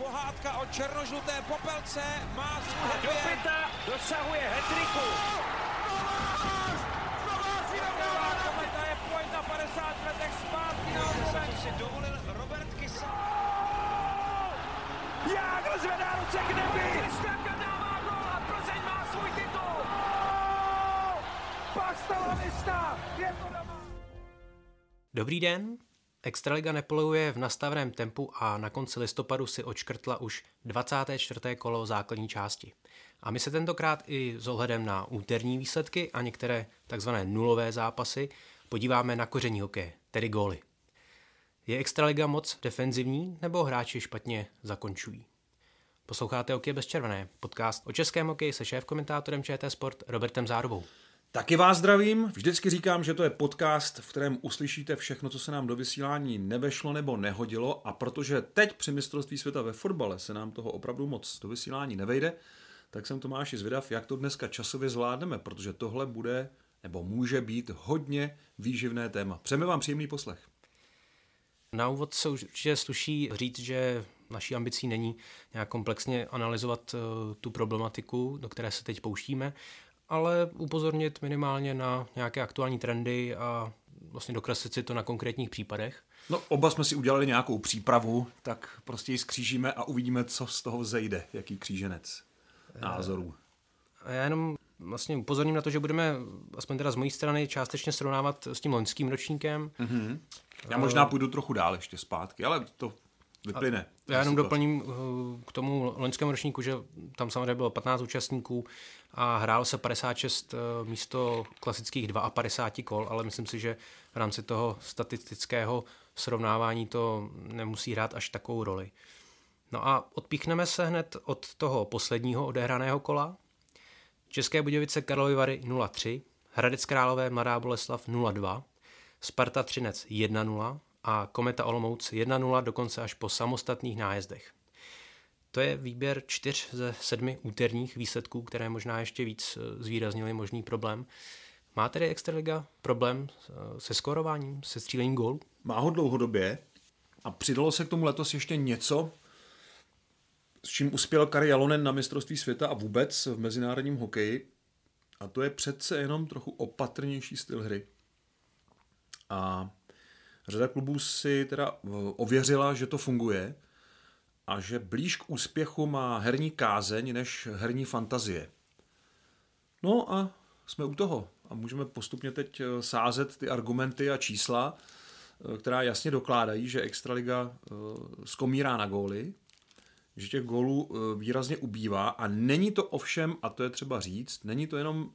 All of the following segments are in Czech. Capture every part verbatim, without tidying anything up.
pohádka o černožluté popelce má svůj happy end. Dopita dosahuje hat-tricku. Kometa je pojď na padesát letech zpátky na oblomek. To si dovolil Robert Kysa. Jágr zvedá ruce k nebi. Kristianka dává gól a Plzeň má svůj titul. Pasta la vista, je to doma. Dobrý den. Extraliga nepoluje v nastaveném tempu a na konci listopadu si odškrtla už dvacáté čtvrté kolo základní části. A my se tentokrát i s ohledem na úterní výsledky a některé takzvané nulové zápasy podíváme na koření hokeje, tedy góly. Je Extraliga moc defenzivní nebo hráči špatně zakončují? Posloucháte Hokej bez červené, podcast o českém hokeji se šéfkomentátorem ČT Sport Robertem Zárubou. Taky vás zdravím. Vždycky říkám, že to je podcast, v kterém uslyšíte všechno, co se nám do vysílání nevešlo nebo nehodilo, a protože teď při mistrovství světa ve fotbale se nám toho opravdu moc do vysílání nevejde, tak jsem Tomáši zvědav, jak to dneska časově zvládneme, protože tohle bude nebo může být hodně výživné téma. Přejeme vám příjemný poslech. Na úvod se určitě sluší říct, že naší ambicí není nějak komplexně analyzovat tu problematiku, do které se teď pouštíme, ale upozornit minimálně na nějaké aktuální trendy a vlastně dokreslit si to na konkrétních případech. No, oba jsme si udělali nějakou přípravu, tak prostě ji skřížíme a uvidíme, co z toho vzejde, jaký kříženec názorů. A já jenom vlastně upozorním na to, že budeme, aspoň teda z mojí strany, částečně srovnávat s tím loňským ročníkem. Mm-hmm. Já možná půjdu trochu dál ještě zpátky, ale to vyplyne. A já jenom doplním k tomu loňskému ročníku, že tam samozřejmě bylo patnáct účastníků a hrálo se padesát šest místo klasických padesát dva kol, ale myslím si, že v rámci toho statistického srovnávání to nemusí hrát až takovou roli. No a odpíchneme se hned od toho posledního odehraného kola. České Budějovice Karlovy Vary nula tři, Hradec Králové Mladá Boleslav nula dva, Sparta Třinec jedna nula a Kometa Olomouc jedna nula dokonce až po samostatných nájezdech. To je výběr čtyř ze sedmi úterních výsledků, které možná ještě víc zvýraznily možný problém. Má tedy Extraliga problém se skórováním, se střílením gólů? Má ho dlouhodobě a přidalo se k tomu letos ještě něco, s čím uspěl Kari Jalonen na mistrovství světa a vůbec v mezinárodním hokeji, a to je přece jenom trochu opatrnější styl hry. A řada klubů si teda ověřila, že to funguje a že blíž k úspěchu má herní kázeň než herní fantazie. No a jsme u toho a můžeme postupně teď sázet ty argumenty a čísla, která jasně dokládají, že Extraliga skomírá na góly, že těch gólů výrazně ubývá a není to ovšem, a to je třeba říct, není to jenom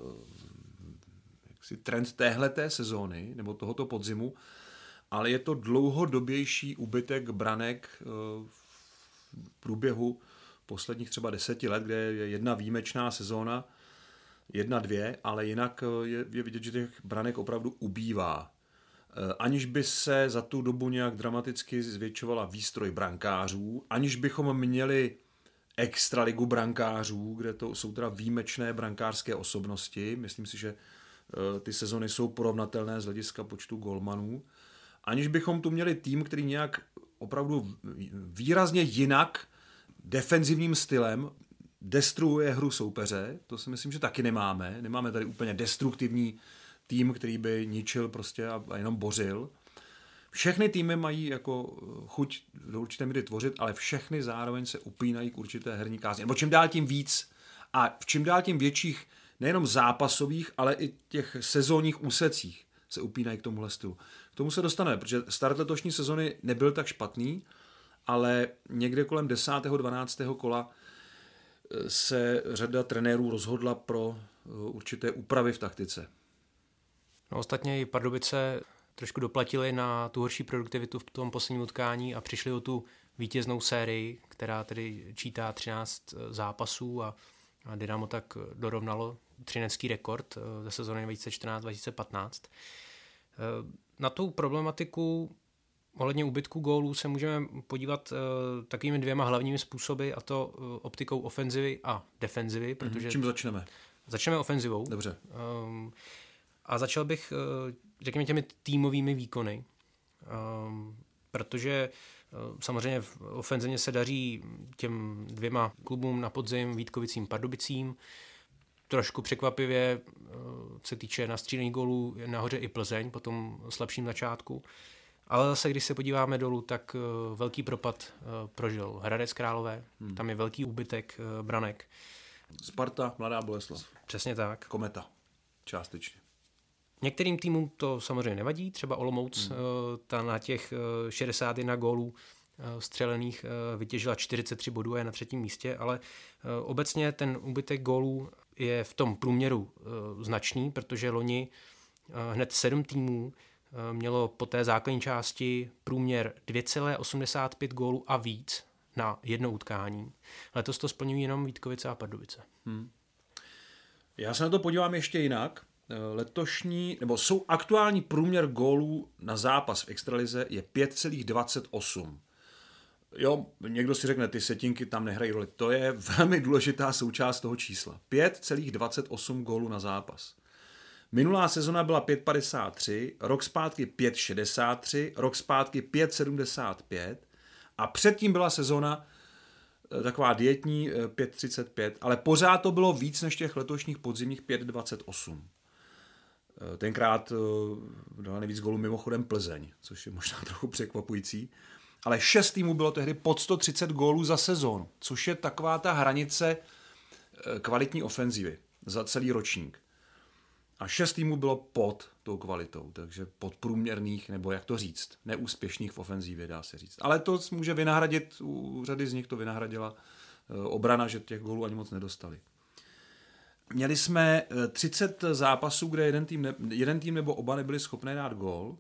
jaksi trend téhleté sezóny nebo tohoto podzimu, ale je to dlouhodobější úbytek branek v průběhu posledních třeba deseti let, kde je jedna výjimečná sezóna, jedna, dvě, ale jinak je, je vidět, že těch branek opravdu ubývá. Aniž by se za tu dobu nějak dramaticky zvětšovala výstroj brankářů, aniž bychom měli extraligu brankářů, kde to jsou teda výjimečné brankářské osobnosti, myslím si, že ty sezony jsou porovnatelné z hlediska počtu golmanů, aniž bychom tu měli tým, který nějak opravdu výrazně jinak defenzivním stylem destruuje hru soupeře, to si myslím, že taky nemáme, nemáme tady úplně destruktivní tým, který by ničil prostě a, a jenom bořil. Všechny týmy mají jako chuť do určité míry tvořit, ale všechny zároveň se upínají k určité herní kázni. Nebo čím dál tím víc a v čím dál tím větších nejenom zápasových, ale i těch sezónních úsecích se upínají k tomuhle stylu. K tomu se dostaneme, protože start letošní sezony nebyl tak špatný, ale někde kolem desátého dvanáctého kola se řada trenérů rozhodla pro určité úpravy v taktice. No, ostatně i Pardubice trošku doplatili na tu horší produktivitu v tom posledním utkání a přišli o tu vítěznou sérii, která tedy čítá třináct zápasů a, a Dynamo tak dorovnalo třinecký rekord ze sezóny dva tisíce čtrnáct dva tisíce patnáct. Na tu problematiku ohledně úbytku gólů se můžeme podívat takovými dvěma hlavními způsoby, a to optikou ofenzivy a defenzivy. Protože čím začneme? Začneme ofenzivou. Dobře. Um, A začal bych, řekněme, těmi týmovými výkony, protože Samozřejmě v ofenzivně se daří těm dvěma klubům na podzim, Vítkovicím, Pardubicím. Trošku překvapivě se týče nastřílených gólů nahoře i Plzeň po tom slabším začátku. Ale zase, když se podíváme dolů, tak velký propad prožil Hradec Králové. Hmm. Tam je velký úbytek branek. Sparta, Mladá Boleslav. Přesně tak. Kometa. Částečně. Některým týmům to samozřejmě nevadí, třeba Olomouc, hmm. ta na těch šedesát jedna gólů střelených vytěžila čtyřicet tři bodů a je na třetím místě, ale obecně ten úbytek gólů je v tom průměru značný, protože loni hned sedm týmů mělo po té základní části průměr dvě celá osmdesát pět gólů a víc na jedno utkání. Letos to splňují jenom Vítkovice a Pardubice. Hmm. Já se na to podívám ještě jinak. Letošní, nebo jsou aktuální průměr gólů na zápas v extralize je pět celá dvacet osm. Jo, někdo si řekne, ty setinky tam nehrají roli. To je velmi důležitá součást toho čísla. pět celá dvacet osm gólů na zápas. Minulá sezona byla pět celá padesát tři, rok zpátky pět celá šedesát tři, rok zpátky pět celá sedmdesát pět a předtím byla sezona taková dietní pět celá třicet pět, ale pořád to bylo víc než těch letošních podzimních pět celá dvacet osm. Tenkrát dala nejvíc gólů mimochodem Plzeň, což je možná trochu překvapující, ale šest týmů bylo tehdy pod sto třicet gólů za sezónu, což je taková ta hranice kvalitní ofenzivy za celý ročník. A šest týmů bylo pod tou kvalitou, takže podprůměrných, nebo jak to říct, neúspěšných v ofenzivě, dá se říct. Ale to může vynahradit, u řady z nich to vynahradila obrana, že těch gólů ani moc nedostali. Měli jsme třicet zápasů, kde jeden tým, ne, jeden tým nebo oba nebyli schopné dát gól.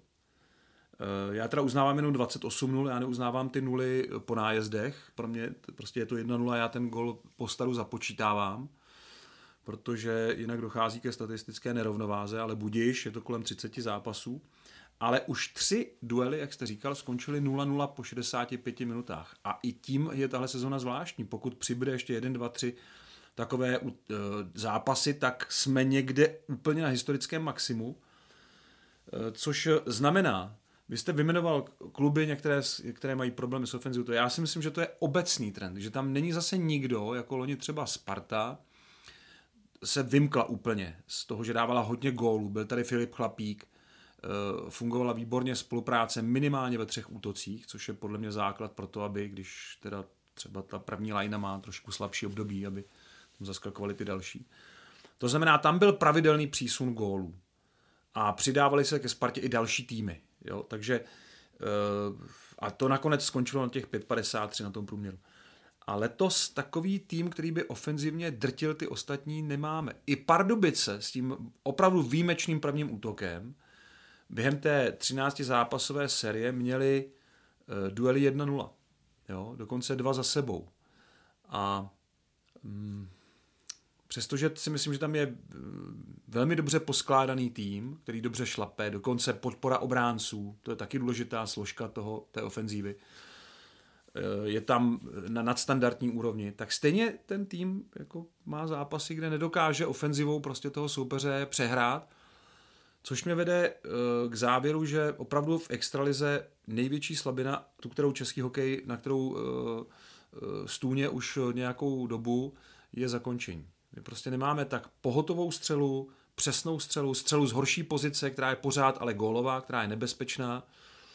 Já teda uznávám jenom dvacet osm nul, já neuznávám ty nuly po nájezdech. Pro mě prostě je to jedna nula, já ten gól po staru započítávám, protože jinak dochází ke statistické nerovnováze, ale budiš, je to kolem třicet zápasů. Ale už tři duely, jak jste říkal, skončily nula nula po šedesáti pěti minutách. A i tím je tahle sezona zvláštní. Pokud přibude ještě jeden, dva, tři takové uh, zápasy, tak jsme někde úplně na historickém maximu, uh, což znamená, vy jste vyjmenoval kluby některé, které mají problémy s ofenzivou. Já si myslím, že to je obecný trend, že tam není zase nikdo, jako loni třeba Sparta, se vymkla úplně z toho, že dávala hodně gólů. Byl tady Filip Chlapík, fungovala výborně spolupráce minimálně ve třech útocích, což je podle mě základ pro to, aby když teda třeba ta první lajna má trošku slabší období, aby tam zaskakovali ty další. To znamená, tam byl pravidelný přísun gólů a přidávali se ke Spartě i další týmy. Jo? Takže a to nakonec skončilo na těch pět celá padesát tři na tom průměru. A letos takový tým, který by ofenzivně drtil ty ostatní, nemáme. I Pardubice s tím opravdu výjimečným prvním útokem během té třináctizápasové série měli uh, duely jedna nula. Jo? Dokonce dva za sebou. A mm, přestože si myslím, že tam je velmi dobře poskládaný tým, který dobře šlape, dokonce podpora obránců, to je taky důležitá složka toho, té ofenzívy, je tam na nadstandardní úrovni, tak stejně ten tým jako má zápasy, kde nedokáže ofenzivou prostě toho soupeře přehrát, což mě vede k závěru, že opravdu v extralize největší slabina, tu kterou český hokej, na kterou stůně už nějakou dobu, je zakončení. My prostě nemáme tak pohotovou střelu, přesnou střelu, střelu z horší pozice, která je pořád ale gólová, která je nebezpečná.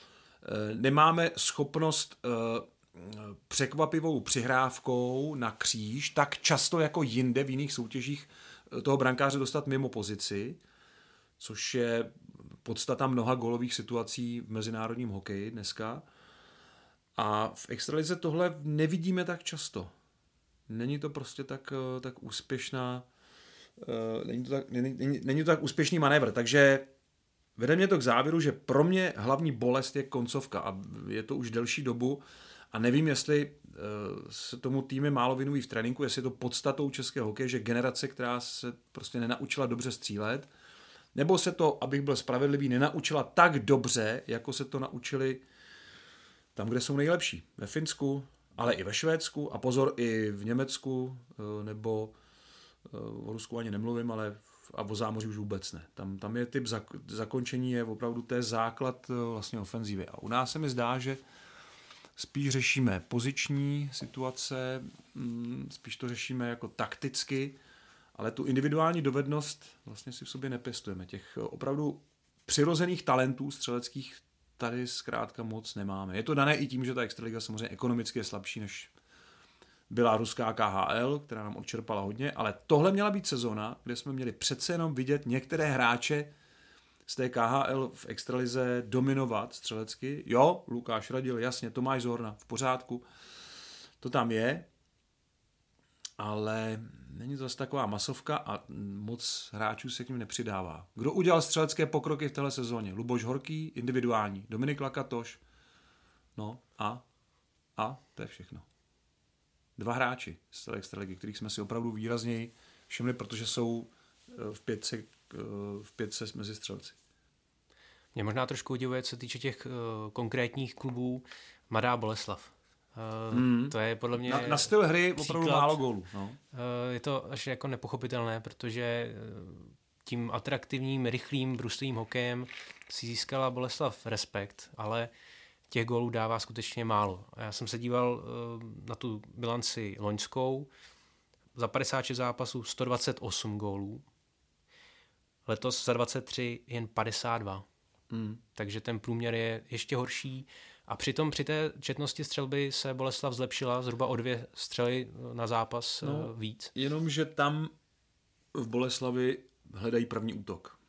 Nemáme schopnost překvapivou přihrávkou na kříž tak často jako jinde v jiných soutěžích toho brankáře dostat mimo pozici, což je podstata mnoha gólových situací v mezinárodním hokeji dneska. A v extralize tohle nevidíme tak často. Není to prostě tak, tak úspěšná, není to tak, není, není, není to tak úspěšný manévr, takže vede mě to k závěru, že pro mě hlavní bolest je koncovka a je to už delší dobu a nevím, jestli se tomu týmy málo věnují v tréninku, jestli je to podstatou českého hokeje, že generace, která se prostě nenaučila dobře střílet, nebo se to, abych byl spravedlivý, nenaučila tak dobře, jako se to naučili tam, kde jsou nejlepší. Ve Finsku, ale i ve Švédsku a pozor, i v Německu, nebo o Rusku ani nemluvím, ale a o zámoří už vůbec ne. Tam, tam je typ zakončení, je opravdu to je základ vlastně ofenzívy. A u nás se mi zdá, že spíš řešíme poziční situace, spíš to řešíme jako takticky, ale tu individuální dovednost vlastně si v sobě nepěstujeme. Těch opravdu přirozených talentů střeleckých tady zkrátka moc nemáme. Je to dané i tím, že ta extraliga samozřejmě ekonomicky je slabší, než byla ruská K H L, která nám odčerpala hodně, ale tohle měla být sezona, kde jsme měli přece jenom vidět některé hráče z té K H L v extralize dominovat střelecky. Jo, Lukáš Radil, jasně, Tomáš Zohorna, v pořádku, to tam je, ale není to zase taková masovka a moc hráčů se k ním nepřidává. Kdo udělal střelecké pokroky v téhle sezóně? Luboš Horký, individuální, Dominik Lakatoš, no a, a to je všechno. Dva hráči z té extraligy, kterých jsme si opravdu výrazněji všimli, protože jsou v pětce, v pětce mezi střelci. Mě možná trošku udivuje, co se týče těch uh, konkrétních klubů, Mladá Boleslav. Uh, hmm. To je podle mě na, na styl hry příklad, opravdu málo gólů. No. Uh, je to až jako nepochopitelné, protože uh, tím atraktivním, rychlým, bruslým hokejem si získala Boleslav respekt, ale těch gólů dává skutečně málo. A já jsem se díval uh, na tu bilanci loňskou, za padesát šest zápasů sto dvacet osm gólů, letos za dvacet tři jen padesát dva. Hmm. Takže ten průměr je ještě horší. A přitom při té četnosti střelby se Boleslav zlepšila zhruba o dvě střely na zápas no, víc. Jenomže tam v Boleslavi hledají první útok.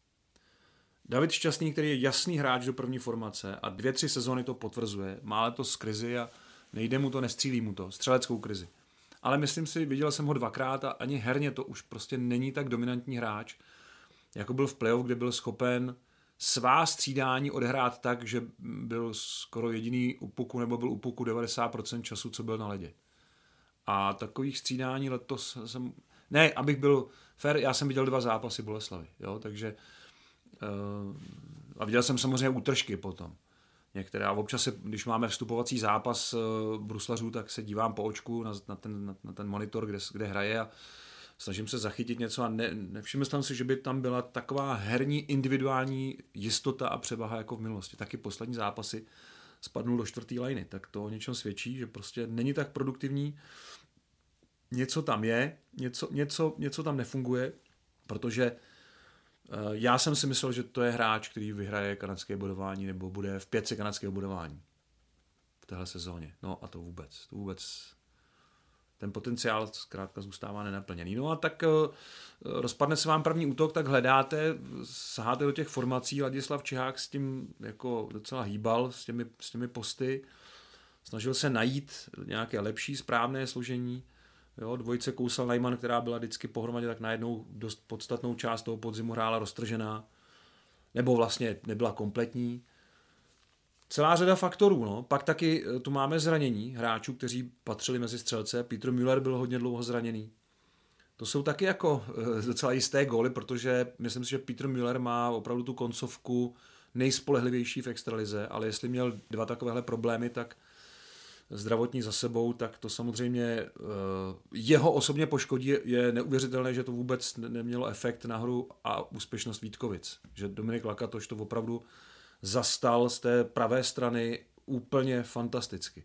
David Šťastný, který je jasný hráč do první formace a dvě, tři sezóny to potvrzuje, má letos z krizi a nejde mu to, nestřílí mu to, střeleckou krizi. Ale myslím si, viděl jsem ho dvakrát a ani herně to už prostě není tak dominantní hráč, jako byl v playoff, kde byl schopen svá střídání odehrát tak, že byl skoro jediný u puku nebo byl u puku devadesát procent času, co byl na ledě. A takových střídání letos jsem... Ne, abych byl fair, já jsem viděl dva zápasy Boleslavy, jo, takže uh, a viděl jsem samozřejmě útržky potom. Některé. A občas, se, když máme vstupovací zápas uh, bruslařů, tak se dívám po očku na, na, ten, na, na ten monitor, kde, kde hraje a snažím se zachytit něco a ne, nevšiml jsem si, že by tam byla taková herní individuální jistota a převaha jako v minulosti. Taky poslední zápasy spadnul do čtvrtý lajny, tak to o něčem svědčí, že prostě není tak produktivní. Něco tam je, něco, něco, něco tam nefunguje, protože uh, já jsem si myslel, že to je hráč, který vyhraje kanadské bodování nebo bude v pětce kanadského bodování v téhle sezóně. No a to vůbec, to vůbec... Ten potenciál zkrátka zůstává nenaplněný. No a tak uh, rozpadne se vám první útok, tak hledáte, saháte do těch formací. Ladislav Čihák s tím jako docela hýbal, s těmi, s těmi posty. Snažil se najít nějaké lepší, správné složení. Jo, dvojice Kousal Najman, která byla vždycky pohromadě, tak najednou dost podstatnou část toho podzimu hrála roztržená. Nebo vlastně nebyla kompletní. Celá řada faktorů, no. Pak taky tu máme zranění hráčů, kteří patřili mezi střelce. Peter Müller byl hodně dlouho zraněný. To jsou taky jako docela jisté góly, protože myslím si, že Peter Müller má opravdu tu koncovku nejspolehlivější v extralize, ale jestli měl dva takovéhle problémy, tak zdravotní za sebou, tak to samozřejmě jeho osobně poškodí. Je neuvěřitelné, že to vůbec nemělo efekt na hru a úspěšnost Vítkovic. Že Dominik Lakatoš to opravdu zastal z té pravé strany úplně fantasticky.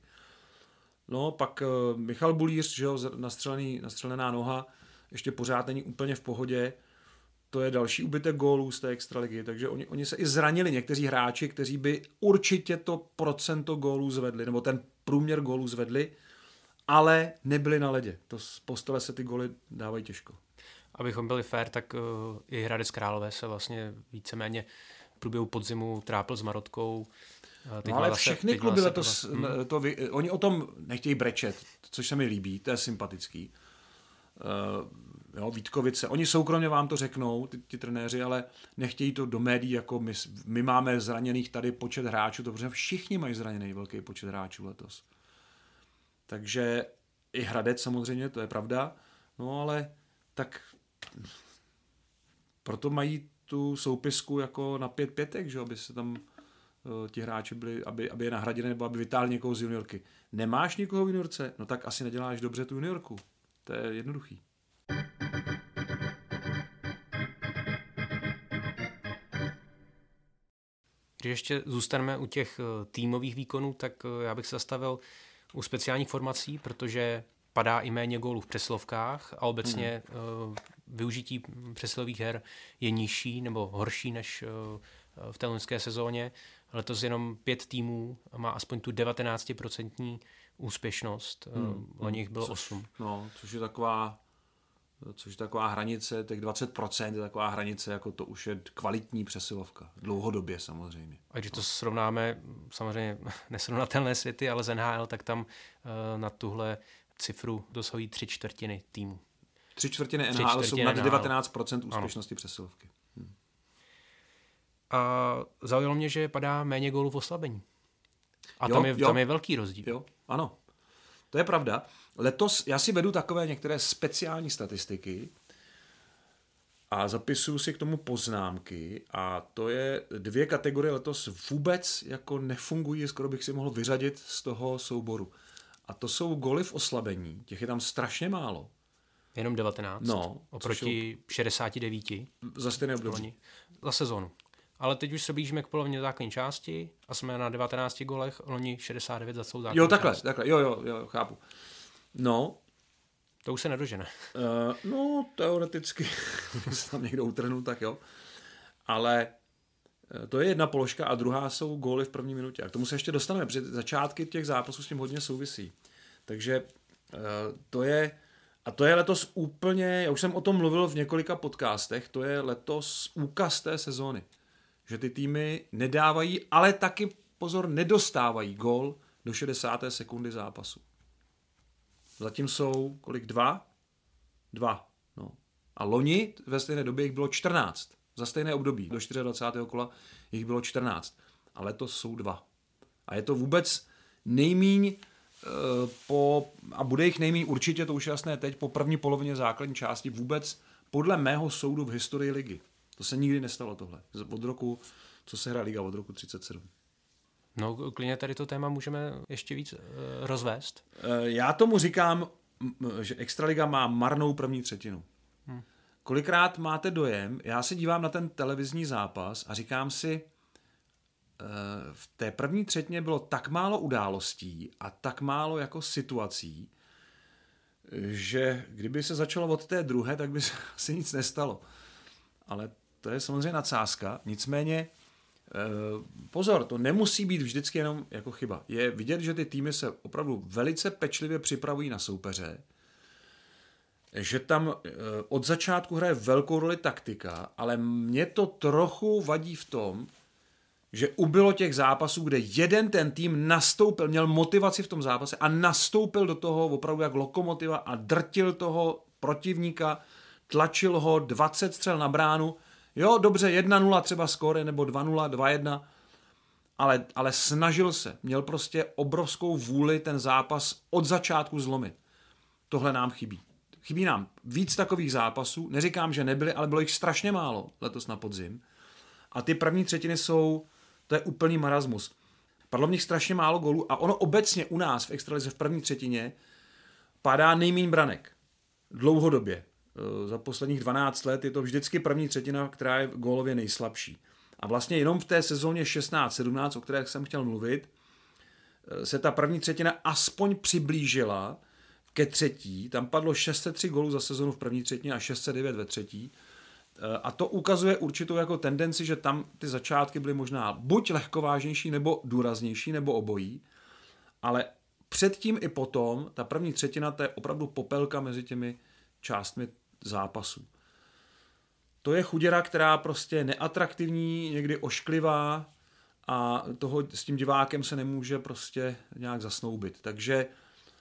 No, pak uh, Michal Bulíř, že jo, nastřelený, nastřelená noha, ještě pořád není úplně v pohodě. To je další úbytek gólů z té extraligy, takže oni, oni se i zranili někteří hráči, kteří by určitě to procento gólů zvedli, nebo ten průměr gólů zvedli, ale nebyli na ledě. To z postele se ty góly dávají těžko. Abychom byli fair, tak uh, i Hradec Králové se vlastně víceméně v průběhu podzimu trápil s Marotkou. No ale všechny kluby letos, hmm. to vy, oni o tom nechtějí brečet, což se mi líbí, to je sympatický. Uh, jo, Vítkovice, oni soukromně vám to řeknou, ty, ty trenéři, ale nechtějí to do médií, jako my, my máme zraněných tady počet hráčů, to protože všichni mají zraněný velký počet hráčů letos. Takže i Hradec samozřejmě, to je pravda, no ale tak proto mají tu soupisku jako na pět pětek, že aby se tam uh, ti hráči byli, aby, aby je nahradili nebo aby vytáhli někoho z juniorky. Nemáš někoho v juniorce? No tak asi neděláš dobře tu juniorku. To je jednoduchý. Když ještě zůstaneme u těch týmových výkonů, tak já bych se zastavil u speciálních formací, protože padá i méně gólů v přesilovkách a obecně hmm. využití přesilových her je nižší nebo horší než v té loňské sezóně. Letos jenom pět týmů má aspoň tu devatenáct procent úspěšnost. Hmm. Loni jich bylo osm. No, což je taková což je taková hranice, těch dvacet procent je taková hranice, jako to už je kvalitní přesilovka. Dlouhodobě samozřejmě. A když to srovnáme, samozřejmě nesrovnatelné světy, ale z N H L, tak tam na tuhle cifru dosahují tři čtvrtiny týmu. Tři čtvrtiny N H L jsou nad devatenáct procent úspěšnosti ano. přesilovky. Hmm. A zaujalo mě, že padá méně gólů v oslabení. A jo, tam, je, tam je velký rozdíl. Jo, ano. To je pravda. Letos já si vedu takové některé speciální statistiky a zapisuju si k tomu poznámky a to je dvě kategorie letos vůbec jako nefungují, skoro bych si mohl vyřadit z toho souboru. A to jsou góly v oslabení, těch je tam strašně málo. Jenom devatenáct, no, oproti jsou... šedesát devět. Za stejné období. Za sezónu. Ale teď už se blížíme k polovině základní části a jsme na devatenácti golech, loni šedesát devět za celou základní Jo, takhle, část. takhle, jo, jo, jo, chápu. No. To už se nedožene. Uh, no, teoreticky, když se tam někdo utrhnul, tak jo. Ale to je jedna položka a druhá jsou góly v první minutě. A k tomu se ještě dostaneme, protože začátky těch zápasů s tím hodně souvisí. Takže uh, to je, a to je letos úplně, já už jsem o tom mluvil v několika podcastech, to je letos úkaz té sezóny. Že ty týmy nedávají, ale taky, pozor, nedostávají gól do šedesáté sekundy zápasu. Zatím jsou, kolik, dva? Dva, no. A loni ve stejné době jich bylo čtrnáct. Za stejné období, do dvacátého čtvrtého kola jich bylo čtrnáct. A letos jsou dva. A je to vůbec nejmíň e, po, a bude jich nejmíň určitě, to už je jasné teď, po první polovině základní části vůbec podle mého soudu v historii ligy. To se nikdy nestalo tohle. Od roku, co se hraje liga, od roku třicet sedm. No, klidně tady to téma můžeme ještě víc e, rozvést. E, já tomu říkám, že Extraliga má marnou první třetinu. Hmm. Kolikrát máte dojem, já se dívám na ten televizní zápas a říkám si, e, v té první třetině bylo tak málo událostí a tak málo jako situací, že kdyby se začalo od té druhé, tak by se asi nic nestalo. Ale to je samozřejmě nadsázka, nicméně pozor, to nemusí být vždycky jenom jako chyba. Je vidět, že ty týmy se opravdu velice pečlivě připravují na soupeře, že tam od začátku hraje velkou roli taktika, ale mě to trochu vadí v tom, že ubylo těch zápasů, kde jeden ten tým nastoupil, měl motivaci v tom zápase a nastoupil do toho opravdu jak lokomotiva a drtil toho protivníka, tlačil ho, dvacet střel na bránu. Jo, dobře, jedna nula třeba skóre, nebo dva nula, dva jedna, ale, ale snažil se. Měl prostě obrovskou vůli ten zápas od začátku zlomit. Tohle nám chybí. Chybí nám víc takových zápasů. Neříkám, že nebyly, ale bylo jich strašně málo letos na podzim. A ty první třetiny jsou, to je úplný marasmus. Padlo v nich strašně málo gólů a ono obecně u nás v extralize v první třetině padá nejméně branek. Dlouhodobě. Za posledních dvanáct let je to vždycky první třetina, která je gólově nejslabší. A vlastně jenom v té sezóně šestnáct sedmnáct, o které jsem chtěl mluvit, se ta první třetina aspoň přiblížila ke třetí. Tam padlo šest set tři gólů za sezonu v první třetině a šest set devět ve třetí. A to ukazuje určitou jako tendenci, že tam ty začátky byly možná buď lehkovážnější, nebo důraznější, nebo obojí. Ale předtím i potom, ta první třetina, to je opravdu popelka mezi těmi částmi zápasů. To je chuděra, která prostě je neatraktivní, někdy ošklivá a toho s tím divákem se nemůže prostě nějak zasnoubit. Takže e,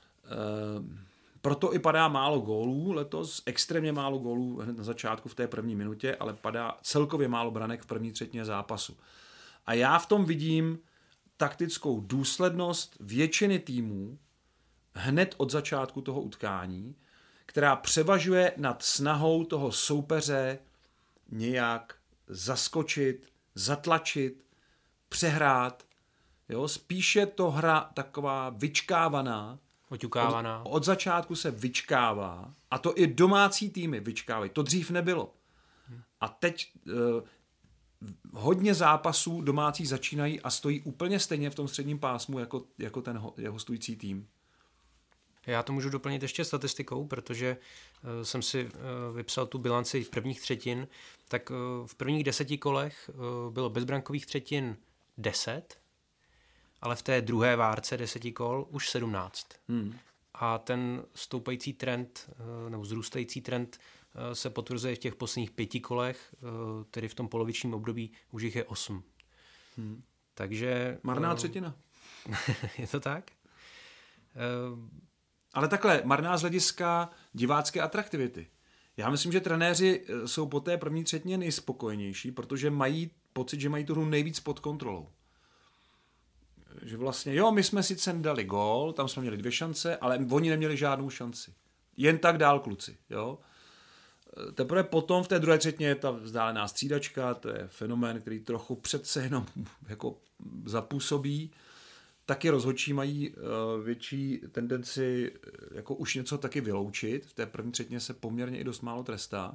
proto i padá málo gólů letos, extrémně málo gólů hned na začátku v té první minutě, ale padá celkově málo branek v první třetině zápasu. A já v tom vidím taktickou důslednost většiny týmů hned od začátku toho utkání, která převažuje nad snahou toho soupeře nějak zaskočit, zatlačit, přehrát. Jo? Spíše to hra taková vyčkávaná. Oťukávaná. Od, od začátku se vyčkává. A to i domácí týmy vyčkávají. To dřív nebylo. A teď hodně zápasů domácí začínají a stojí úplně stejně v tom středním pásmu jako, jako ten ho, je hostující tým. Já to můžu doplnit ještě statistikou, protože uh, jsem si uh, vypsal tu bilanci prvních třetin, tak uh, v prvních deseti kolech uh, bylo bezbrankových třetin deset, ale v té druhé várce deseti kol už sedmnáct. Hmm. A ten stoupající trend, uh, nebo vzrůstající trend uh, se potvrzuje v těch posledních pěti kolech, uh, tedy v tom polovičním období už jich je osm. Hmm. Takže... Marná uh, třetina. Je to tak? Uh, Ale takhle, marná z hlediska divácké atraktivity. Já myslím, že trenéři jsou po té první třetině nejspokojenější, protože mají pocit, že mají tu hru nejvíc pod kontrolou. Že vlastně, jo, my jsme sice dali gól, tam jsme měli dvě šance, ale oni neměli žádnou šanci. Jen tak dál, kluci, jo. Teprve potom v té druhé třetině je ta vzdálená střídačka, to je fenomén, který trochu přece jenom jako zapůsobí. Taky rozhodčí mají uh, větší tendenci uh, jako už něco taky vyloučit. V té první třetině se poměrně i dost málo trestá.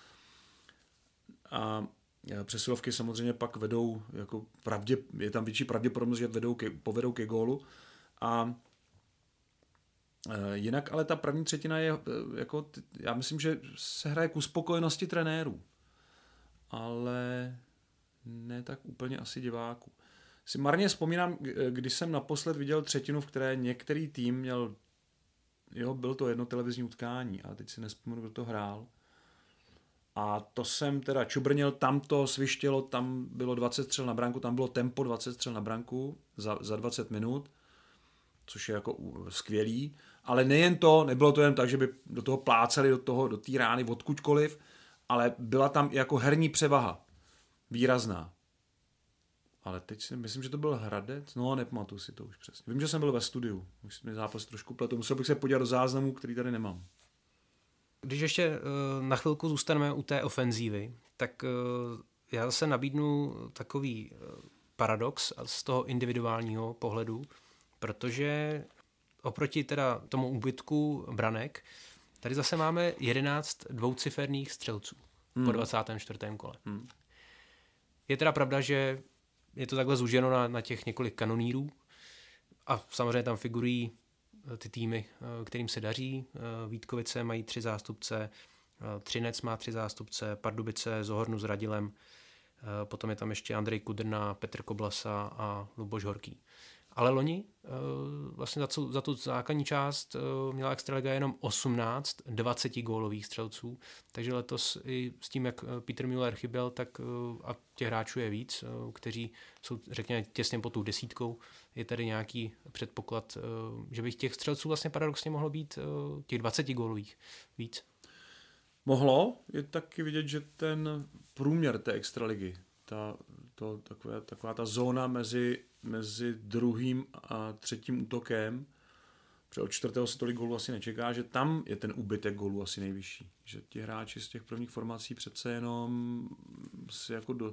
A uh, přesilovky samozřejmě pak vedou, jako pravdě, je tam větší pravděpodobnost, že vedou ke, povedou ke gólu. A uh, jinak ale ta první třetina je, uh, jako, t- já myslím, že se hraje k uspokojenosti trenérů. Ale ne tak úplně asi diváků. Si marně vzpomínám, když jsem naposled viděl třetinu, v které některý tým měl, jo, byl to jedno televizní utkání, ale teď si nespomenu, kdo to hrál. A to jsem teda čubrnil, tam to svištělo, tam bylo dvacet střel na branku, tam bylo tempo dvacet střel na branku za, za dvacet minut, což je jako skvělý. Ale nejen to, nebylo to jen tak, že by do toho plácali, do toho, do té rány odkudkoliv, ale byla tam i jako herní převaha. Výrazná. Ale teď si myslím, že to byl Hradec. No, nepamatuji si to už přesně. Vím, že jsem byl ve studiu. Už mi zápas trošku pletu. Musel bych se podívat do záznamu, který tady nemám. Když ještě uh, na chvilku zůstaneme u té ofenzívy, tak uh, já zase nabídnu takový uh, paradox z toho individuálního pohledu, protože oproti teda tomu úbytku branek, tady zase máme jedenáct dvouciferných střelců hmm. po dvacátém čtvrtém kole. Hmm. Je teda pravda, že je to takhle zúženo na, na těch několik kanonýrů a samozřejmě tam figurují ty týmy, kterým se daří. Vítkovice mají tři zástupce, Třinec má tři zástupce, Pardubice, Zohornu s Radilem, potom je tam ještě Andrej Kudrna, Petr Koblasa a Luboš Horký. Ale loni vlastně za, za tu základní část měla Extraliga jenom osmnáct dvaceti-gólových střelců, takže letos i s tím, jak Peter Müller chyběl, tak a těch hráčů je víc, kteří jsou, řekněme, těsně pod tou desítkou, je tady nějaký předpoklad, že by těch střelců vlastně paradoxně mohlo být těch dvaceti-gólových víc. Mohlo, je taky vidět, že ten průměr té Extraligy, ta, to, takové, taková ta zóna mezi, mezi druhým a třetím útokem, protože od čtvrtého se tolik gólů asi nečeká, že tam je ten úbytek gólů asi nejvyšší. Že ti hráči z těch prvních formací přece jenom si jako do,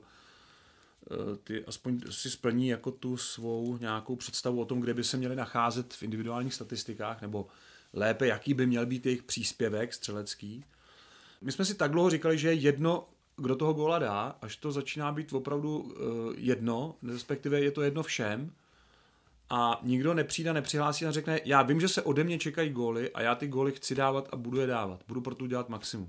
ty aspoň si splní jako tu svou nějakou představu o tom, kde by se měli nacházet v individuálních statistikách, nebo lépe, jaký by měl být jejich příspěvek střelecký. My jsme si tak dlouho říkali, že je jedno, kdo toho góla dá, až to začíná být opravdu uh, jedno, respektive je to jedno všem a nikdo nepřijde, nepřihlásí a řekne, já vím, že se ode mě čekají góly a já ty góly chci dávat a budu je dávat. Budu pro to dělat maximum.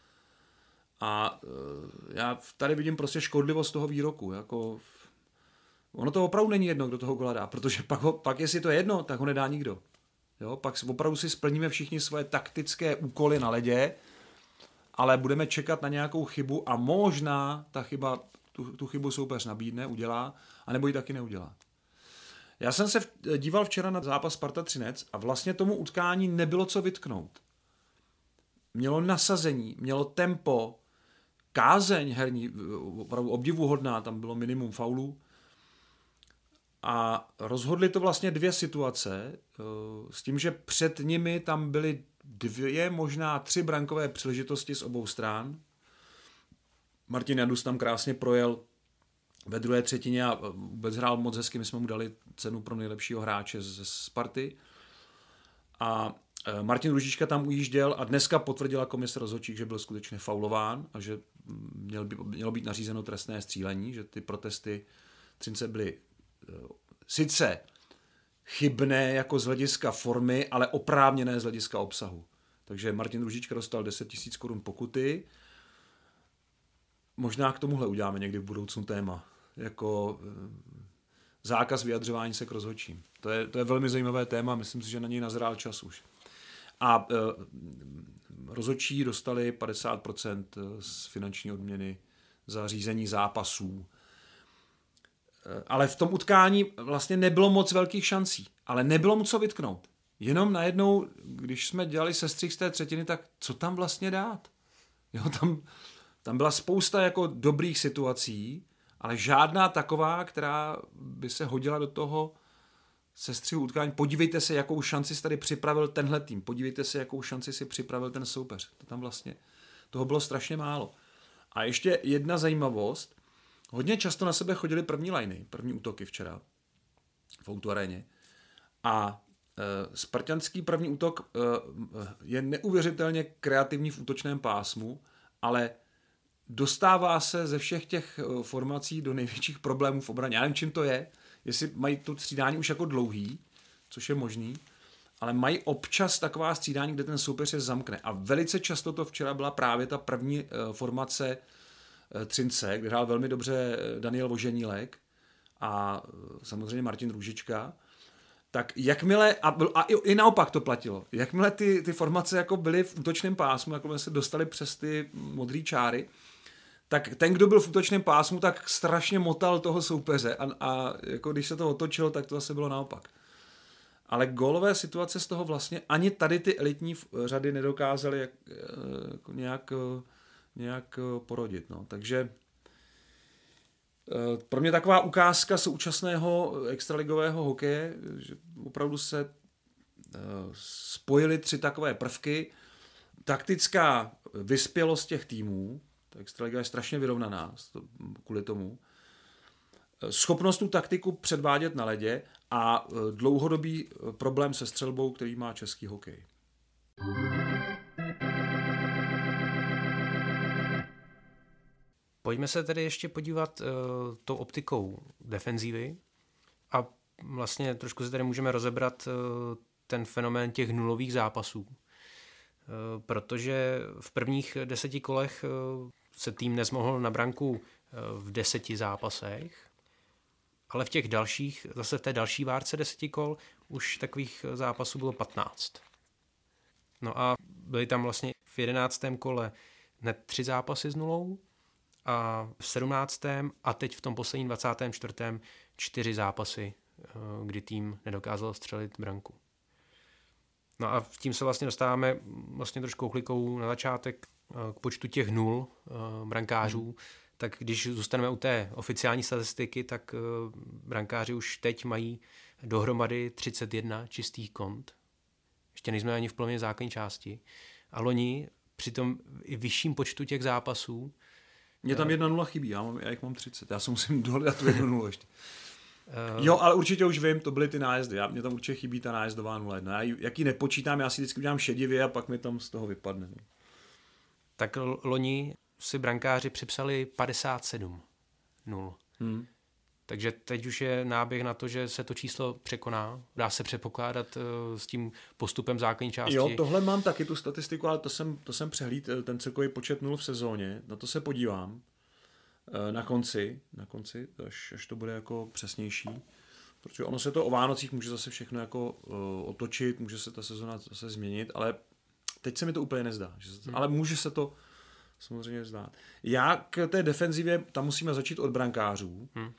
A uh, já tady vidím prostě škodlivost toho výroku. Jako, ono to opravdu není jedno, kdo toho góla dá, protože pak, ho, pak jestli to je jedno, tak ho nedá nikdo. Jo? Pak opravdu si splníme všichni svoje taktické úkoly na ledě, ale budeme čekat na nějakou chybu a možná ta chyba, tu, tu chybu soupeř nabídne, udělá, anebo ji taky neudělá. Já jsem se díval včera na zápas Sparta Třinec a vlastně tomu utkání nebylo co vytknout. Mělo nasazení, mělo tempo, kázeň herní, opravdu obdivuhodná, tam bylo minimum faulů. A rozhodli to vlastně dvě situace, s tím, že před nimi tam byly dvě, možná tři brankové příležitosti z obou stran. Martin Jandus tam krásně projel ve druhé třetině a vůbec hrál moc hezky, my jsme mu dali cenu pro nejlepšího hráče ze Sparty. A Martin Růžička tam ujížděl a dneska potvrdila komise rozhodčích, že byl skutečně faulován a že měl by, mělo být nařízeno trestné střílení, že ty protesty Třince byly sice chybné jako z hlediska formy, ale oprávněné z hlediska obsahu. Takže Martin Růžička dostal deset tisíc korun pokuty. Možná k tomuhle uděláme někdy v budoucnu téma. Jako zákaz vyjadřování se k rozhodčím. To je, to je velmi zajímavé téma, myslím si, že na něj nazrál čas už. A e, rozhodčí dostali padesát procent z finanční odměny za řízení zápasů. E, ale v tom utkání vlastně nebylo moc velkých šancí, ale nebylo mu co vytknout. Jenom najednou, když jsme dělali sestřih z té třetiny, tak co tam vlastně dát? Jo, tam, tam byla spousta jako dobrých situací, ale žádná taková, která by se hodila do toho sestřihu utkání. Podívejte se, jakou šanci si tady připravil tenhle tým. Podívejte se, jakou šanci si připravil ten soupeř. To tam vlastně, toho bylo strašně málo. A ještě jedna zajímavost. Hodně často na sebe chodili první liny, první útoky včera v Outu aréně. A e, spartanský první útok e, je neuvěřitelně kreativní v útočném pásmu, ale dostává se ze všech těch formací do největších problémů v obraně. Já nevím, čím to je, jestli mají to střídání už jako dlouhý, což je možný, ale mají občas taková střídání, kde ten soupeř se zamkne. A velice často to včera byla právě ta první formace Třince, kde hrál velmi dobře Daniel Voženílek a samozřejmě Martin Růžička. Tak jakmile, a, byl, a i, i naopak to platilo, jakmile ty, ty formace jako byly v útočném pásmu, jakmile se dostali přes ty modré čáry, tak ten, kdo byl v útočném pásmu, tak strašně motal toho soupeře a, a jako když se to otočilo, tak to zase bylo naopak. Ale gólové situace z toho vlastně ani tady ty elitní řady nedokázaly jak, jako nějak, nějak porodit. No. Takže pro mě taková ukázka současného extraligového hokeje, že opravdu se spojily tři takové prvky. Taktická vyspělost těch týmů, ta extraliga je strašně vyrovnaná kvůli tomu. Schopnost tu taktiku předvádět na ledě a dlouhodobý problém se střelbou, který má český hokej. Pojďme se tedy ještě podívat uh, tou optikou defenzívy a vlastně trošku se tady můžeme rozebrat uh, ten fenomén těch nulových zápasů. Uh, protože v prvních deseti kolech uh, se tým nezmohl na branku uh, v deseti zápasech, ale v těch dalších, zase v té další várce deseti kol, už takových zápasů bylo patnáct. No a byly tam vlastně v jedenáctém kole hned tři zápasy s nulou, a v sedmnáctém a teď v tom posledním dvacátém čtvrtém čtyři zápasy, kdy tým nedokázal střelit branku. No a tím se vlastně dostáváme vlastně trošku klikou na začátek k počtu těch nul brankářů. Hmm. Tak když zůstaneme u té oficiální statistiky, tak brankáři už teď mají dohromady třicet jedna čistých kont. Ještě nejsme ani v polovině základní části. A loni při tom i vyšším počtu těch zápasů Mně tam jedna nula chybí, já, mám, já jich mám třicet, já se musím dohledat tu jednu nulu ještě. Jo, ale určitě už vím, to byly ty nájezdy, já, mě tam určitě chybí ta nájezdová nula jedna. Já jak ji nepočítám, já si vždycky udělám šedivě a pak mi tam z toho vypadne. No. Tak loni si brankáři připsali padesát sedm nul. Hmm. Takže teď už je náběh na to, že se to číslo překoná. Dá se předpokládat uh, s tím postupem základní části. Jo, tohle mám taky tu statistiku, ale to jsem, to jsem přehlídl, ten celkový počet nul v sezóně. Na to se podívám uh, na konci, na konci až, až to bude jako přesnější. Protože ono se to o Vánocích může zase všechno jako uh, otočit, může se ta sezóna zase změnit, ale teď se mi to úplně nezdá. Že se to, hmm. Ale může se to samozřejmě zdát. Já k té defenzivě, tam musíme začít od brankářů. Hmm.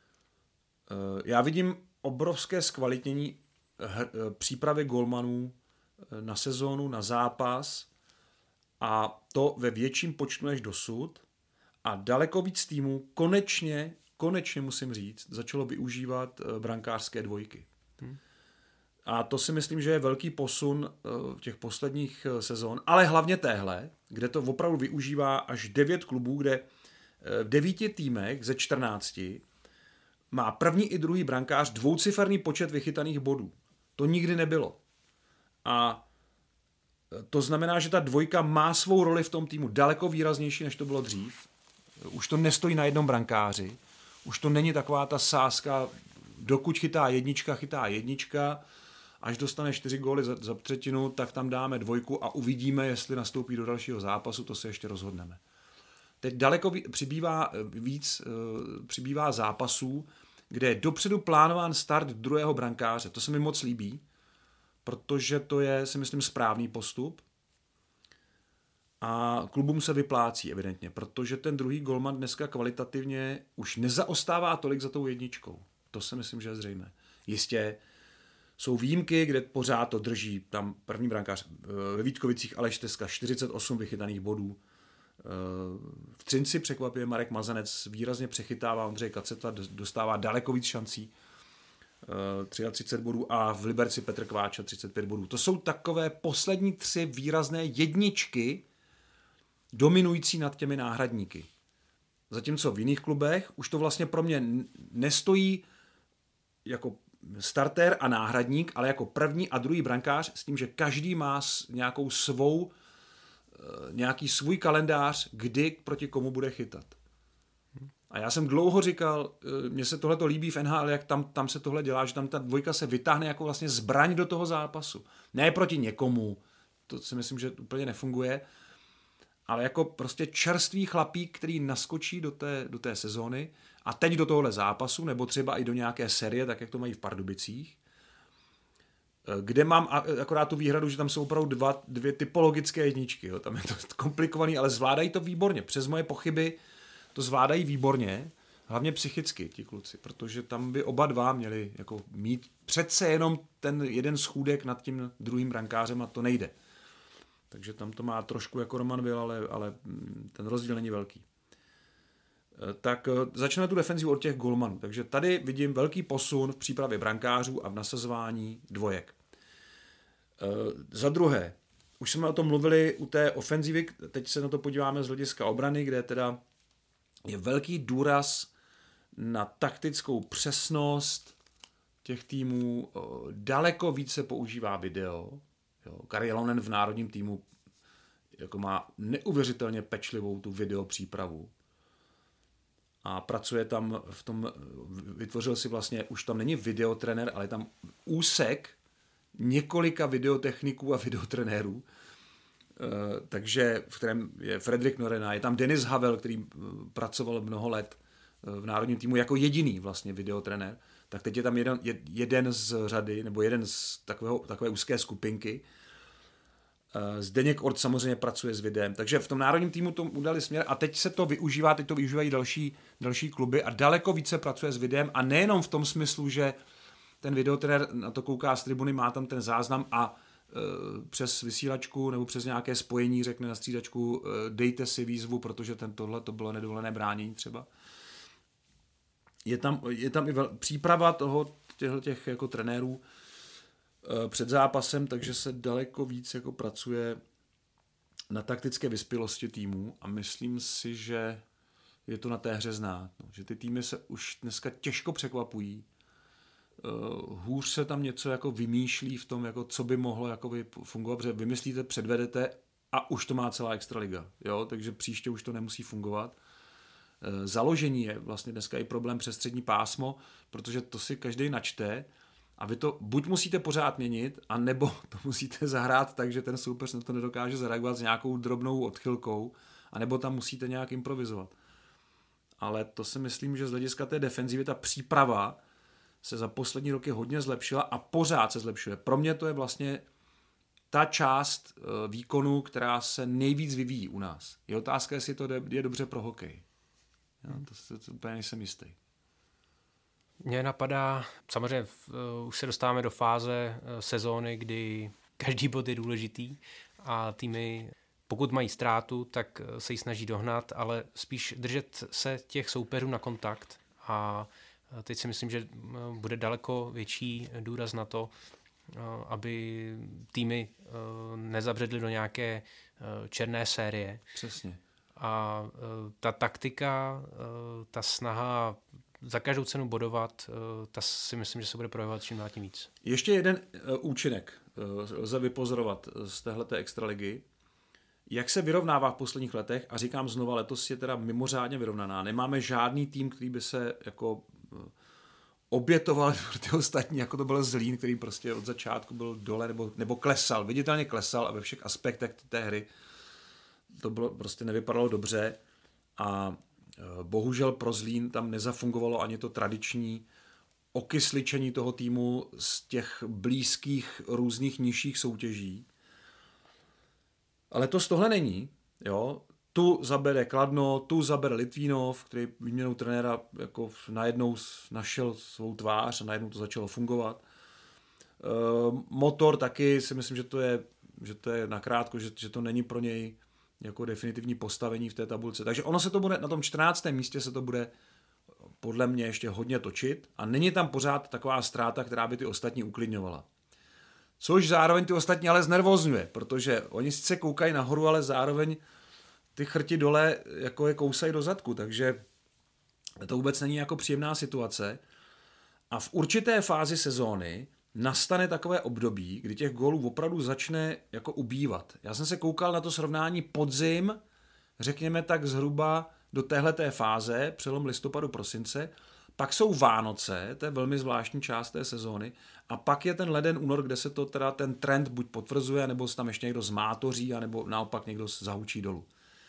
Já vidím obrovské zkvalitnění přípravy golmanů na sezónu, na zápas a to ve větším počtu než dosud a daleko víc týmů konečně, konečně musím říct, začalo využívat brankářské dvojky. Hmm. A to si myslím, že je velký posun v těch posledních sezón, ale hlavně téhle, kde to opravdu využívá až devět klubů, kde v devíti týmech ze čtrnácti má první i druhý brankář dvouciferný počet vychytaných bodů. To nikdy nebylo. A To znamená, že ta dvojka má svou roli v tom týmu daleko výraznější, než to bylo dřív. Už to nestojí na jednom brankáři. Už to není taková ta sázka, dokud chytá jednička, chytá jednička. Až dostane čtyři góly za, za třetinu, tak tam dáme dvojku a uvidíme, jestli nastoupí do dalšího zápasu, to se ještě rozhodneme. Teď daleko přibývá víc, přibývá zápasů, kde je dopředu plánován start druhého brankáře. To se mi moc líbí, protože to je, si myslím, správný postup. A klubům se vyplácí evidentně, protože ten druhý golman dneska kvalitativně už nezaostává tolik za tou jedničkou. To si myslím, že je zřejmé. Jistě jsou výjimky, kde pořád to drží. Tam první brankář ve Vítkovicích Aleš Teska, čtyřicet osm vychytaných bodů. V Třinci překvapivě Marek Mazanec výrazně přechytává Ondřeje Kaceta, dostává daleko víc šancí, třicet tři bodů, a v Liberci Petr Kváča třicet pět bodů. To jsou takové poslední tři výrazné jedničky dominující nad těmi náhradníky. Zatímco v jiných klubech už to vlastně pro mě nestojí jako startér a náhradník, ale jako první a druhý brankář s tím, že každý má nějakou svou, nějaký svůj kalendář, kdy proti komu bude chytat. A já jsem dlouho říkal, mně se tohle to líbí v N H L, jak tam, tam se tohle dělá, že tam ta dvojka se vytáhne jako vlastně zbraň do toho zápasu. Ne proti někomu, to si myslím, že úplně nefunguje, ale jako prostě čerstvý chlapík, který naskočí do té, do té sezóny a teď do tohohle zápasu, nebo třeba i do nějaké série, tak jak to mají v Pardubicích, kde mám akorát tu výhradu, že tam jsou opravdu dva, dvě typologické jedničky. Jo. Tam je to komplikovaný, ale zvládají to výborně. Přes moje pochyby to zvládají výborně, hlavně psychicky ti kluci, protože tam by oba dva měli jako mít přece jenom ten jeden schůdek nad tím druhým brankářem a to nejde. Takže tam to má trošku jako Roman Will, ale, ale ten rozdíl není velký. Tak začneme tu defenzivu od těch golmanů. Takže tady vidím velký posun v přípravě brankářů a v nasazování dvojek. Za druhé, už jsme o tom mluvili u té ofenzivy, teď se na to podíváme z hlediska obrany, kde teda je velký důraz na taktickou přesnost těch týmů, daleko více používá video. Kari Jalonen v národním týmu jako má neuvěřitelně pečlivou tu video přípravu. A pracuje tam v tom, vytvořil si vlastně, už tam není videotrenér, ale je tam úsek několika videotechniků a videotrenérů, e, takže v kterém je Fredrik Norena, je tam Denis Havel, který pracoval mnoho let v národním týmu jako jediný vlastně videotrenér, tak teď je tam jeden, jeden z řady, nebo jeden z takového, takové úzké skupinky. Zdeněk Ort samozřejmě pracuje s videem, takže v tom národním týmu to udali směr a teď se to využívá, teď to využívají další, další kluby a daleko více pracuje s videem a nejenom v tom smyslu, že ten videotrenér na to kouká z tribuny, má tam ten záznam a e, přes vysílačku nebo přes nějaké spojení řekne na střídačku e, dejte si výzvu, protože ten tohle to bylo nedovolené bránění třeba. Je tam, je tam i vel, příprava toho těchto těch jako trenérů před zápasem, takže se daleko víc jako pracuje na taktické vyspělosti týmu a myslím si, že je to na té hře znát. No. Že ty týmy se už dneska těžko překvapují. Uh, hůř se tam něco jako vymýšlí v tom, jako co by mohlo jako fungovat, protože vymyslíte, předvedete a už to má celá extraliga. Jo? Takže příště už to nemusí fungovat. Uh, založení je vlastně dneska i problém přes střední pásmo, protože to si každý načte. A vy to buď musíte pořád měnit, anebo to musíte zahrát tak, že ten soupeř na to nedokáže zareagovat s nějakou drobnou odchylkou, anebo tam musíte nějak improvizovat. Ale to si myslím, že z hlediska té defenzivy ta příprava se za poslední roky hodně zlepšila a pořád se zlepšuje. Pro mě to je vlastně ta část výkonu, která se nejvíc vyvíjí u nás. Je otázka, jestli to je dobře pro hokej. Já, to, to úplně nejsem jistý. Mně napadá, samozřejmě uh, už se dostáváme do fáze uh, sezóny, kdy každý bod je důležitý a týmy, pokud mají ztrátu, tak uh, se ji snaží dohnat, ale spíš držet se těch soupeřů na kontakt a uh, teď si myslím, že uh, bude daleko větší důraz na to, uh, aby týmy uh, nezabředly do nějaké uh, černé série. Přesně. A uh, ta taktika, uh, ta snaha za každou cenu bodovat, ta si myslím, že se bude projevovat čím dál tím víc. Ještě jeden účinek lze vypozorovat z téhleté extraligy, jak se vyrovnává v posledních letech, a říkám znova, letos je teda mimořádně vyrovnaná. Nemáme žádný tým, který by se jako obětoval pro ty ostatní, jako to byl Zlín, který prostě od začátku byl dole nebo, nebo klesal, viditelně klesal a ve všech aspektech té hry to bylo, prostě nevypadalo dobře a bohužel pro Zlín tam nezafungovalo ani to tradiční okysličení toho týmu z těch blízkých různých nižších soutěží. Ale to z tohle není. Jo? Tu zabere Kladno, tu zabere Litvínov, který výměnou trenéra jako najednou našel svou tvář a najednou to začalo fungovat. E, Motor taky si myslím, že to je, že to je nakrátko, že, že to není pro něj jako definitivní postavení v té tabulce. Takže ono se to bude, na tom čtrnáctém místě se to bude podle mě ještě hodně točit a není tam pořád taková ztráta, která by ty ostatní uklidňovala. Což zároveň ty ostatní ale znervozňuje, protože oni sice koukají nahoru, ale zároveň ty chrti dole jako je kousají do zadku, takže to vůbec není jako příjemná situace. A v určité fázi sezóny nastane takové období, kdy těch gólů opravdu začne jako ubývat. Já jsem se koukal na to srovnání podzim, řekněme tak zhruba do téhleté fáze, přelom listopadu, prosince, pak jsou Vánoce, to je velmi zvláštní část té sezóny, a pak je ten leden, únor, kde se to teda ten trend buď potvrzuje, nebo se tam ještě někdo zmátoří, anebo naopak někdo zahučí dolů.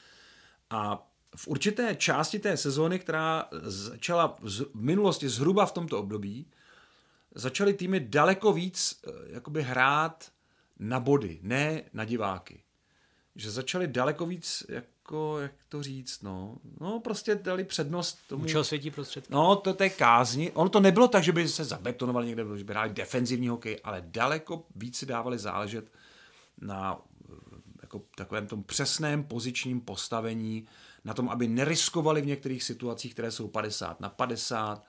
A v určité části té sezóny, která začala v minulosti zhruba v tomto období, začaly týmy daleko víc jakoby hrát na body, ne na diváky. Že začali daleko víc, jako, jak to říct, no, no prostě dali přednost tomu. Účel světí prostředky. No, to té kázni. Ono to nebylo tak, že by se zabetonovali někde, že by hráli defenzivní hokej, ale daleko víc si dávali záležet na jako takovém tom přesném pozičním postavení, na tom, aby neriskovali v některých situacích, které jsou padesát na padesát.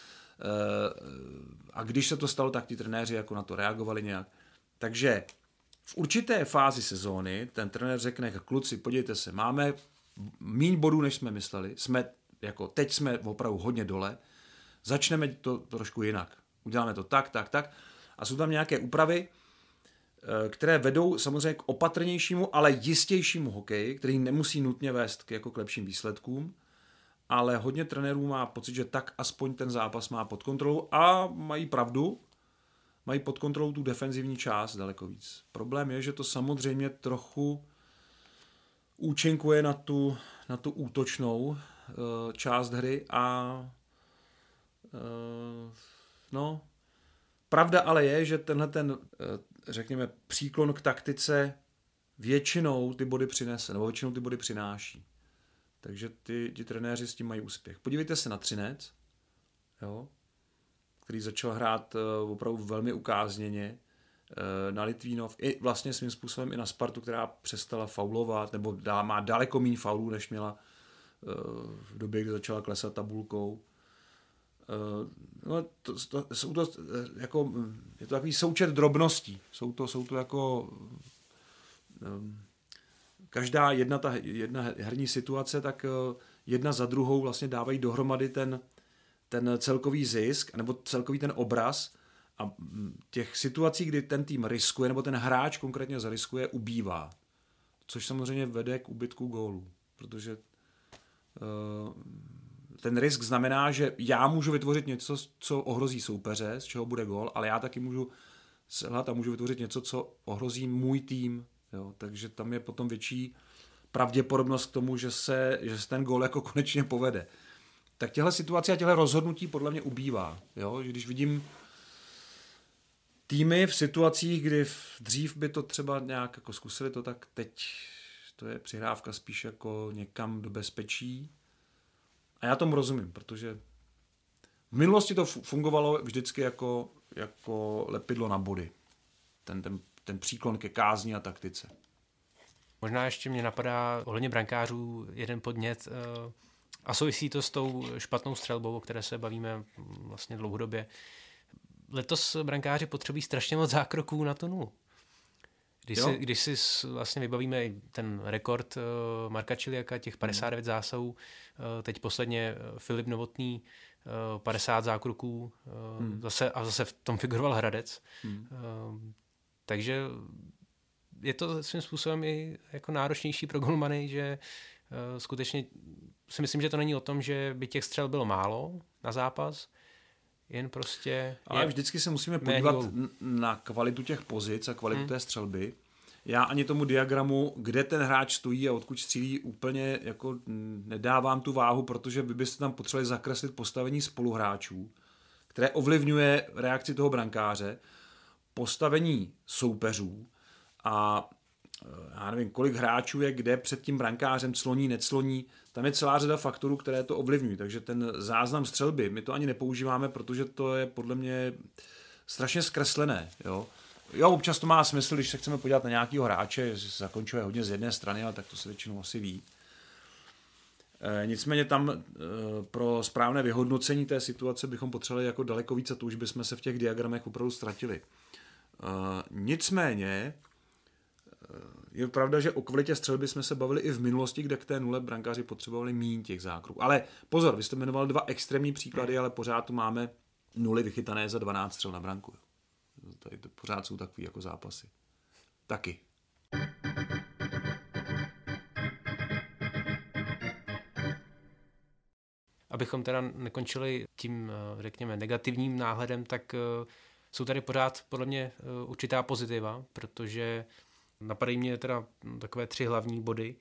A když se to stalo, tak ti trenéři jako na to reagovali nějak. Takže v určité fázi sezóny ten trenér řekne, kluci, podívejte se, máme míň bodů, než jsme mysleli, jsme, jako teď jsme opravdu hodně dole, začneme to trošku jinak. Uděláme to tak, tak, tak. A jsou tam nějaké úpravy, které vedou samozřejmě k opatrnějšímu, ale jistějšímu hokeji, který nemusí nutně vést k, jako k lepším výsledkům, ale hodně trenérů má pocit, že tak aspoň ten zápas má pod kontrolou a mají pravdu, mají pod kontrolou tu defenzivní část daleko víc. Problém je, že to samozřejmě trochu účinkuje na tu, na tu útočnou uh, část hry a uh, no, pravda ale je, že tenhle ten, uh, řekněme, příklon k taktice většinou ty body přinese, nebo většinou ty body přináší. Takže ty, ty trenéři s tím mají úspěch. Podívejte se na Třinec, jo, který začal hrát uh, opravdu velmi ukázněně, uh, na Litvínov, i vlastně svým způsobem i na Spartu, která přestala faulovat, nebo dá, má daleko méně faulů, než měla uh, v době, kdy začala klesat tabulkou. Uh, no, to, to, jsou to, jako, je to takový součet drobností. Jsou to, jsou to jako... Um, každá jedna, ta, jedna herní situace, tak jedna za druhou vlastně dávají dohromady ten, ten celkový zisk, nebo celkový ten obraz a těch situací, kdy ten tým riskuje, nebo ten hráč konkrétně zariskuje, ubývá. Což samozřejmě vede k úbytku gólů, protože uh, ten risk znamená, že já můžu vytvořit něco, co ohrozí soupeře, z čeho bude gól, ale já taky můžu selhat a můžu vytvořit něco, co ohrozí můj tým. Jo, takže tam je potom větší pravděpodobnost k tomu, že se, že se ten gól jako konečně povede. Tak těhle situace a těhle rozhodnutí podle mě ubývá. Jo? Že když vidím týmy v situacích, kdy dřív by to třeba nějak jako zkusili to, tak teď to je přihrávka spíš jako někam do bezpečí. A já tomu rozumím, protože v minulosti to fungovalo vždycky jako, jako lepidlo na body. Ten, ten ten příklon ke kázni a taktice. Možná ještě mě napadá ohledně brankářů jeden podnět a souvisí to s tou špatnou střelbou, o které se bavíme vlastně dlouhodobě. Letos brankáři potřebují strašně moc zákroků na tu nulu. Když si, když si vlastně vybavíme ten rekord Marka Čiliaka, těch padesát devět zásahů, teď posledně Filip Novotný, padesát zákroků, hmm. zase, a zase v tom figuroval Hradec, hmm. Takže je to svým způsobem i jako náročnější pro golmany, že uh, skutečně si myslím, že to není o tom, že by těch střel bylo málo na zápas, jen prostě... Ale vždycky se musíme podívat na kvalitu těch pozic a kvalitu hmm. té střelby. Já ani tomu diagramu, kde ten hráč stojí a odkud střílí, úplně jako nedávám tu váhu, protože vy byste tam potřebovali zakreslit postavení spoluhráčů, které ovlivňuje reakci toho brankáře, postavení soupeřů a já nevím, kolik hráčů je kde před tím brankářem, cloní, necloní. Tam je celá řada faktorů, které to ovlivňují. Takže ten záznam střelby, my to ani nepoužíváme, protože to je podle mě strašně zkreslené. Jo, jo občas to má smysl, když se chceme podívat na nějakého hráče, že se zakončuje hodně z jedné strany, ale tak to se většinou asi ví. E, nicméně tam e, pro správné vyhodnocení té situace bychom potřebovali jako daleko více, to už bychom se v těch diagramech opravdu ztratili. E, nicméně je pravda, že o kvalitě střelby jsme se bavili i v minulosti, kde k té nule brankáři potřebovali míň těch zákroků. Ale pozor, vy jste jmenoval dva extrémní příklady, ale pořád tu máme nuly vychytané za dvanáct střel na branku. Tady to pořád jsou takový jako zápasy. Taky. Abychom teda nekončili tím, řekněme, negativním náhledem, tak jsou tady pořád podle mě určitá pozitiva, protože napadají mě teda takové tři hlavní body.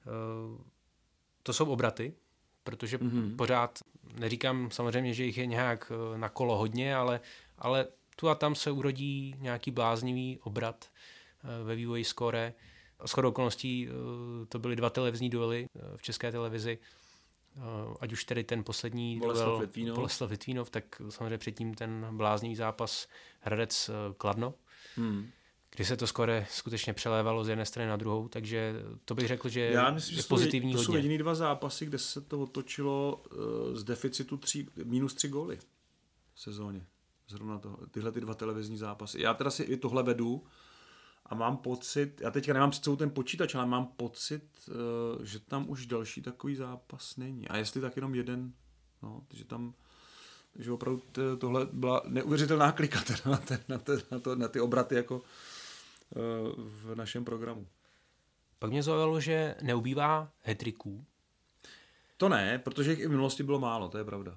To jsou obraty, protože mm-hmm. pořád, neříkám samozřejmě, že jich je nějak na kolo hodně, ale, ale tu a tam se urodí nějaký bláznivý obrat ve vývoji skóre. Shodou okolností to byly dva televizní duely v České televizi, ať už tedy ten poslední duel Boleslav Litvínov, tak samozřejmě předtím ten bláznivý zápas Hradec Kladno, hmm. kdy se to skóre skutečně přelévalo z jedné strany na druhou, takže to bych řekl, že Já myslím, je že pozitivní to hodně. To jsou jediný dva zápasy, kde se to otočilo uh, z deficitu tří, minus tři góly v sezóně. Zrovna to, tyhle ty dva televizní zápasy. Já teda si i tohle vedu a mám pocit, já teďka nemám celou ten počítač, ale mám pocit, uh, že tam už další takový zápas není. A jestli tak jenom jeden, no, že tam, že opravdu t- tohle byla neuvěřitelná klika teda na, te, na, te, na, to, na ty obraty jako uh, v našem programu. Pak mě zaujalo, že neubývá hat-tricků. To ne, protože jich i v minulosti bylo málo, to je pravda.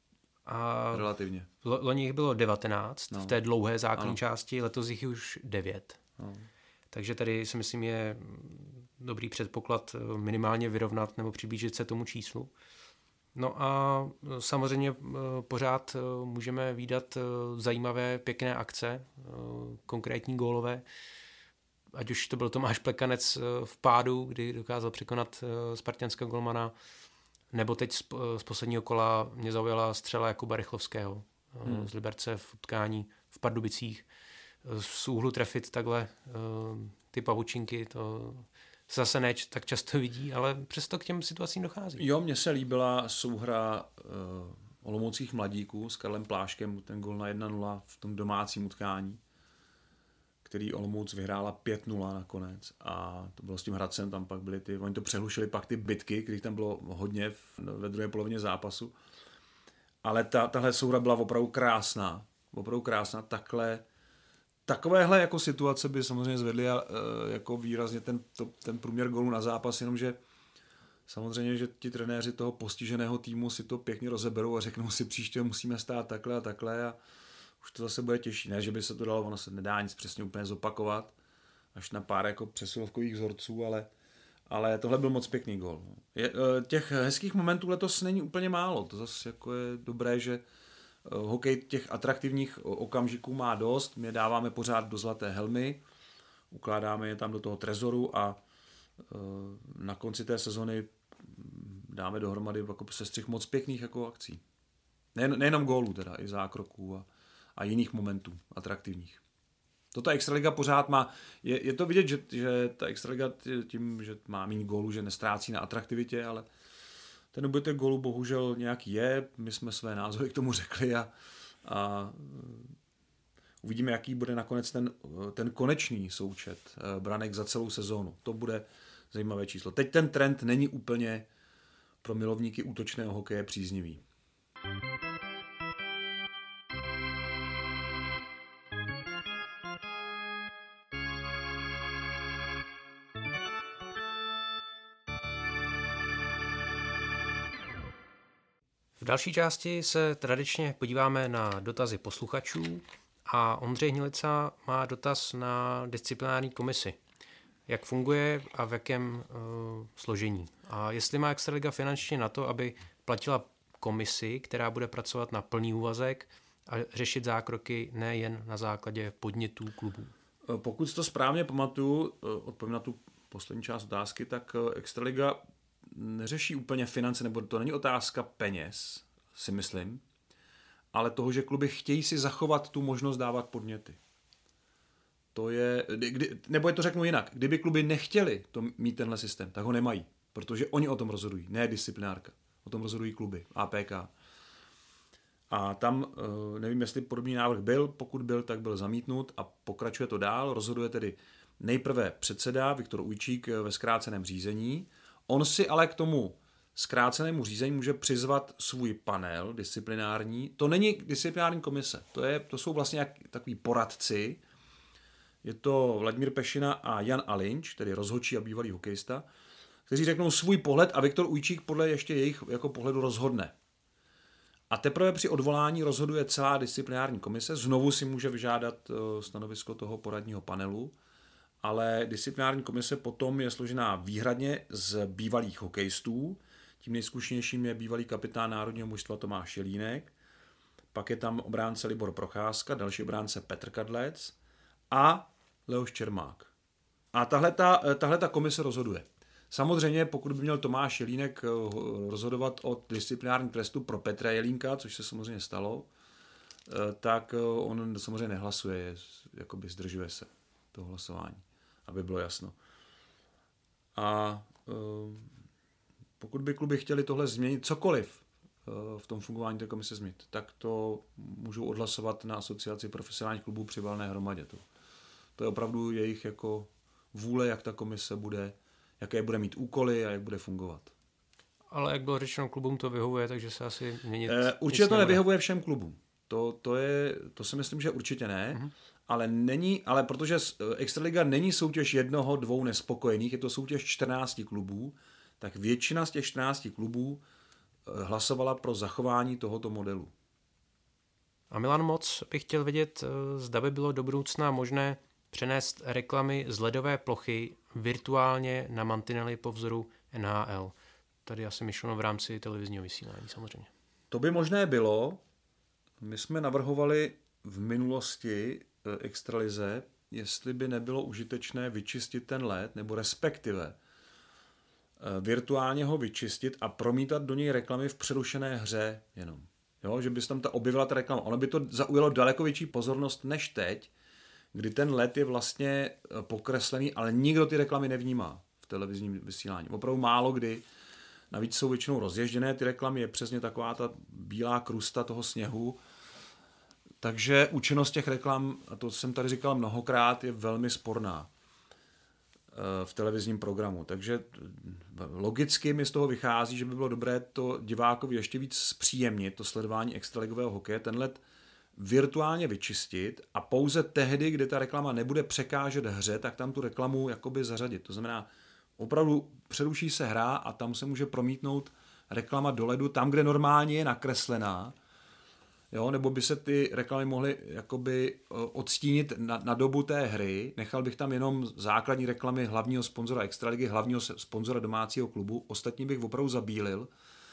A relativně. Loni jich bylo devatenáct no. v té dlouhé základní ano. části, letos jich už devět. No. Takže tady si myslím je dobrý předpoklad minimálně vyrovnat nebo přiblížit se tomu číslu. No a samozřejmě pořád můžeme vídat zajímavé, pěkné akce, konkrétní gólové. Ať už to byl Tomáš Plekanec v pádu, kdy dokázal překonat spartanského golmana, nebo teď z, z posledního kola mě zaujala střela Jakuba Rychlovského hmm. z Liberce v utkání v Pardubicích. Z úhlu trefit takhle ty pavučinky, to zase ne tak často vidí, ale přesto k těm situacím dochází. Jo, mně se líbila souhra uh, olomouckých mladíků s Karlem Pláškem, ten gol na jedna nula v tom domácím utkání, který Olomouc vyhrála pět nula nakonec a to bylo s tím Hradcem, tam pak byly ty, oni to přehlušili pak ty bitky, kterých tam bylo hodně v, ve druhé polovině zápasu, ale ta, tahle souhra byla opravdu krásná, opravdu krásná, takhle, takovéhle jako situace by samozřejmě zvedly a, e, jako výrazně ten, to, ten průměr gólů na zápas, jenomže samozřejmě, že ti trenéři toho postiženého týmu si to pěkně rozeberou a řeknou si příště musíme stát takhle a takhle a už to zase bude těžší. Ne, že by se to dalo, ono se nedá nic přesně úplně zopakovat, až na pár jako přesilovkových vzorců, ale, ale tohle byl moc pěkný gól. Je, těch hezkých momentů letos není úplně málo. To zase jako je dobré, že hokej těch atraktivních okamžiků má dost. My je dáváme pořád do zlaté helmy, ukládáme je tam do toho trezoru a na konci té sezony dáme dohromady jako sestřih moc pěkných jako akcí. Nejen, nejenom gólů teda, i zákroků a a jiných momentů atraktivních. To ta extraliga pořád má, je, je to vidět, že, že ta extraliga tím, že má méně gólů, že nestrácí na atraktivitě, ale ten úbytek gólů bohužel nějaký je, my jsme své názory k tomu řekli a, a uvidíme, jaký bude nakonec ten, ten konečný součet branek za celou sezónu. To bude zajímavé číslo. Teď ten trend není úplně pro milovníky útočného hokeje příznivý. V další části se tradičně podíváme na dotazy posluchačů a Ondřej Hnilica má dotaz na disciplinární komisi. Jak funguje a v jakém uh, složení? A jestli má Extraliga finančně na to, aby platila komisi, která bude pracovat na plný úvazek a řešit zákroky nejen na základě podnětů klubů. Pokud to správně pamatuju, odpovím na tu poslední část otázky, tak Extraliga neřeší úplně finance, nebo to není otázka peněz, si myslím, ale toho, že kluby chtějí si zachovat tu možnost dávat podněty. To je, kdy, nebo je to řeknu jinak, kdyby kluby nechtěli to mít tenhle systém, tak ho nemají, protože oni o tom rozhodují, ne disciplinárka. O tom rozhodují kluby, A P K. A tam, nevím, jestli podobný návrh byl, pokud byl, tak byl zamítnut a pokračuje to dál. Rozhoduje tedy nejprve předseda Viktor Ujčík ve zkráceném řízení. On si ale k tomu zkrácenému řízení může přizvat svůj panel disciplinární. To není disciplinární komise, to, je, to jsou vlastně jak, takový poradci. Je to Vladimír Pešina a Jan Alinč, tedy rozhodčí a bývalý hokejista, kteří řeknou svůj pohled a Viktor Ujčík podle ještě jejich jako pohledu rozhodne. A teprve při odvolání rozhoduje celá disciplinární komise, znovu si může vyžádat stanovisko toho poradního panelu, ale disciplinární komise potom je složená výhradně z bývalých hokejistů, tím nejzkušenějším je bývalý kapitán národního mužstva Tomáš Jelínek, pak je tam obránce Libor Procházka, další obránce Petr Kadlec a Leoš Čermák. A tahle ta komise rozhoduje. Samozřejmě, pokud by měl Tomáš Jelínek rozhodovat o disciplinárním trestu pro Petra Jelínka, což se samozřejmě stalo, tak on samozřejmě nehlasuje, jakoby zdržuje se toho hlasování, aby bylo jasno. A pokud by kluby chtěli tohle změnit, cokoliv v tom fungování té komise změnit, tak to můžou odhlasovat na asociaci profesionálních klubů při valné hromadě. To, to je opravdu jejich jako vůle, jak ta komise bude, jaké bude mít úkoly a jak bude fungovat. Ale jak bylo řečeno, klubům to vyhovuje, takže se asi měnit. E, určitě to nevyhovuje všem klubům. To, to, je, to si myslím, že určitě ne, uh-huh. ale není, ale protože Extraliga není soutěž jednoho, dvou nespokojených, je to soutěž čtrnácti klubů, tak většina z těch čtrnácti klubů hlasovala pro zachování tohoto modelu. A Milan, moc bych chtěl vědět, zda by bylo do budoucna možné přenést reklamy z ledové plochy virtuálně na mantinely po vzoru N H L. Tady asi myšleno v rámci televizního vysílání samozřejmě. To by možné bylo. My jsme navrhovali v minulosti extralize, jestli by nebylo užitečné vyčistit ten led, nebo respektive virtuálně ho vyčistit a promítat do něj reklamy v přerušené hře jenom. Jo, že by se tam ta objevila ta reklama. Ono by to zaujalo daleko větší pozornost než teď, kdy ten led je vlastně pokreslený, ale nikdo ty reklamy nevnímá v televizním vysílání. Opravdu málo kdy. Navíc jsou většinou rozježděné ty reklamy, je přesně taková ta bílá krusta toho sněhu. Takže účinnost těch reklam, a to jsem tady říkal mnohokrát, je velmi sporná v televizním programu. Takže logicky mi z toho vychází, že by bylo dobré to divákovi ještě víc zpříjemnit, to sledování extraligového hokeje, ten led virtuálně vyčistit a pouze tehdy, kdy ta reklama nebude překážet hře, tak tam tu reklamu jakoby zařadit. To znamená, opravdu přeruší se hra a tam se může promítnout reklama do ledu, tam, kde normálně je nakreslená, jo, nebo by se ty reklamy mohly jakoby odstínit na, na dobu té hry. Nechal bych tam jenom základní reklamy hlavního sponzora Extraligy, hlavního sponzora domácího klubu, ostatní bych opravdu zabílil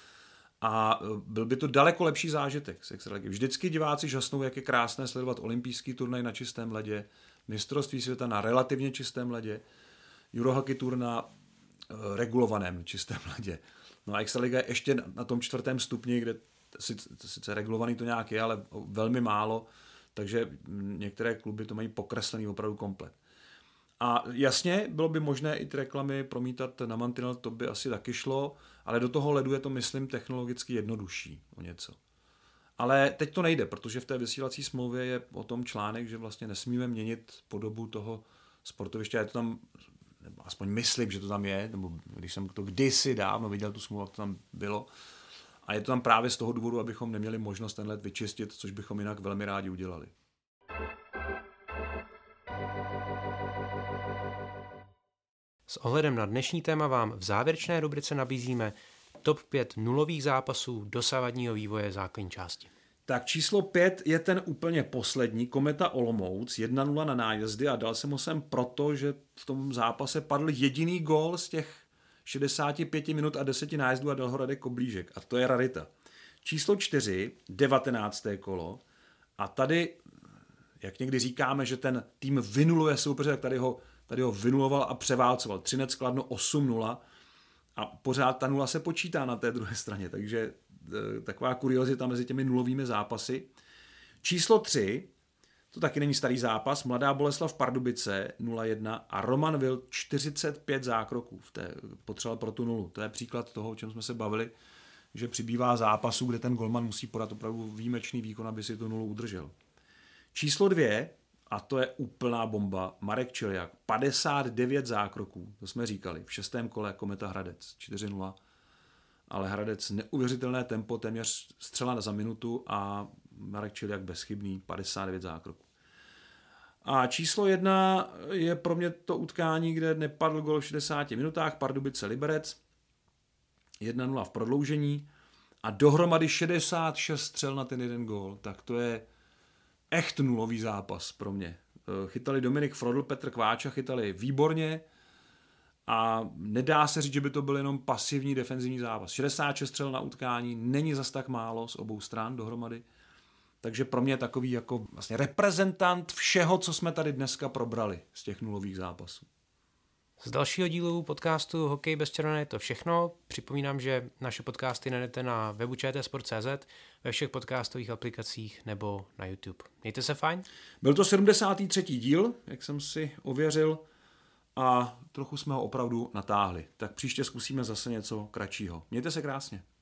a byl by to daleko lepší zážitek z Extraligy. Vždycky diváci žasnou, jak je krásné sledovat olympijský turnaj na čistém ledě, mistrovství světa na relativně čistém ledě, Eurohockey Tour na regulovaném čistém ledě. No a Extraliga je ještě na tom čtvrtém stupni, kde sice, sice regulovaný to nějak je, ale velmi málo, takže některé kluby to mají pokreslený opravdu komplet. A jasně, bylo by možné i ty reklamy promítat na mantinel, to by asi taky šlo, ale do toho ledu je to, myslím, technologicky jednodušší o něco. Ale teď to nejde, protože v té vysílací smlouvě je o tom článek, že vlastně nesmíme měnit podobu toho sportoviště. Já to tam, nebo aspoň myslím, že to tam je, nebo když jsem to kdysi dávno viděl tu smlouvu, jak to tam bylo. A je to tam právě z toho důvodu, abychom neměli možnost ten led vyčistit, což bychom jinak velmi rádi udělali. S ohledem na dnešní téma vám v závěrečné rubrice nabízíme top pět nulových zápasů dosavadního vývoje základní části. Tak číslo pět je ten úplně poslední, Kometa Olomouc, jedna nula na nájezdy a dal jsem ho sem proto, že v tom zápase padl jediný gól z těch šedesát pět minut a deset nájezdů a dal ho Radek Koblížek. A to je rarita. Číslo čtyři, devatenácté kolo. A tady, jak někdy říkáme, že ten tým vynuluje soupeře, tak tady ho, tady ho vynuloval a převálcoval. Třinec Kladno osm nula a pořád ta nula se počítá na té druhé straně, takže e, taková kuriozita mezi těmi nulovými zápasy. Číslo tři, to taky není starý zápas, Mladá Boleslav Pardubice nula jedna a Roman Vil čtyřicet pět zákroků v té, potřeboval pro tu nulu. To je příklad toho, o čem jsme se bavili, že přibývá zápasů, kde ten golman musí podat opravdu výjimečný výkon, aby si tu nulu udržel. Číslo dvě, a to je úplná bomba, Marek Čiliak, padesát devět zákroků, to jsme říkali, v šestém kole Kometa Hradec, čtyři nula, ale Hradec neuvěřitelné tempo, téměř střela za minutu a Marek Čiliak bezchybný, padesát devět zákroků. A číslo jedna je pro mě to utkání, kde nepadl gol v šedesáti minutách, Pardubice Liberec, jedna nula v prodloužení a dohromady šedesát šest střel na ten jeden gól, tak to je echt nulový zápas pro mě. Chytali Dominik Frodl, Petr Kváča, chytali výborně a nedá se říct, že by to byl jenom pasivní defenzivní zápas. šedesát šest střel na utkání není zas tak málo z obou stran dohromady, takže pro mě je takový jako vlastně reprezentant všeho, co jsme tady dneska probrali z těch nulových zápasů. Z dalšího dílu podcastu Hokej bez červené je to všechno. Připomínám, že naše podcasty najdete na webu č t sport tečka cé zet, ve všech podcastových aplikacích nebo na YouTube. Mějte se fajn. Byl to sedmdesátý třetí díl, jak jsem si ověřil, a trochu jsme ho opravdu natáhli. Tak příště zkusíme zase něco kratšího. Mějte se krásně.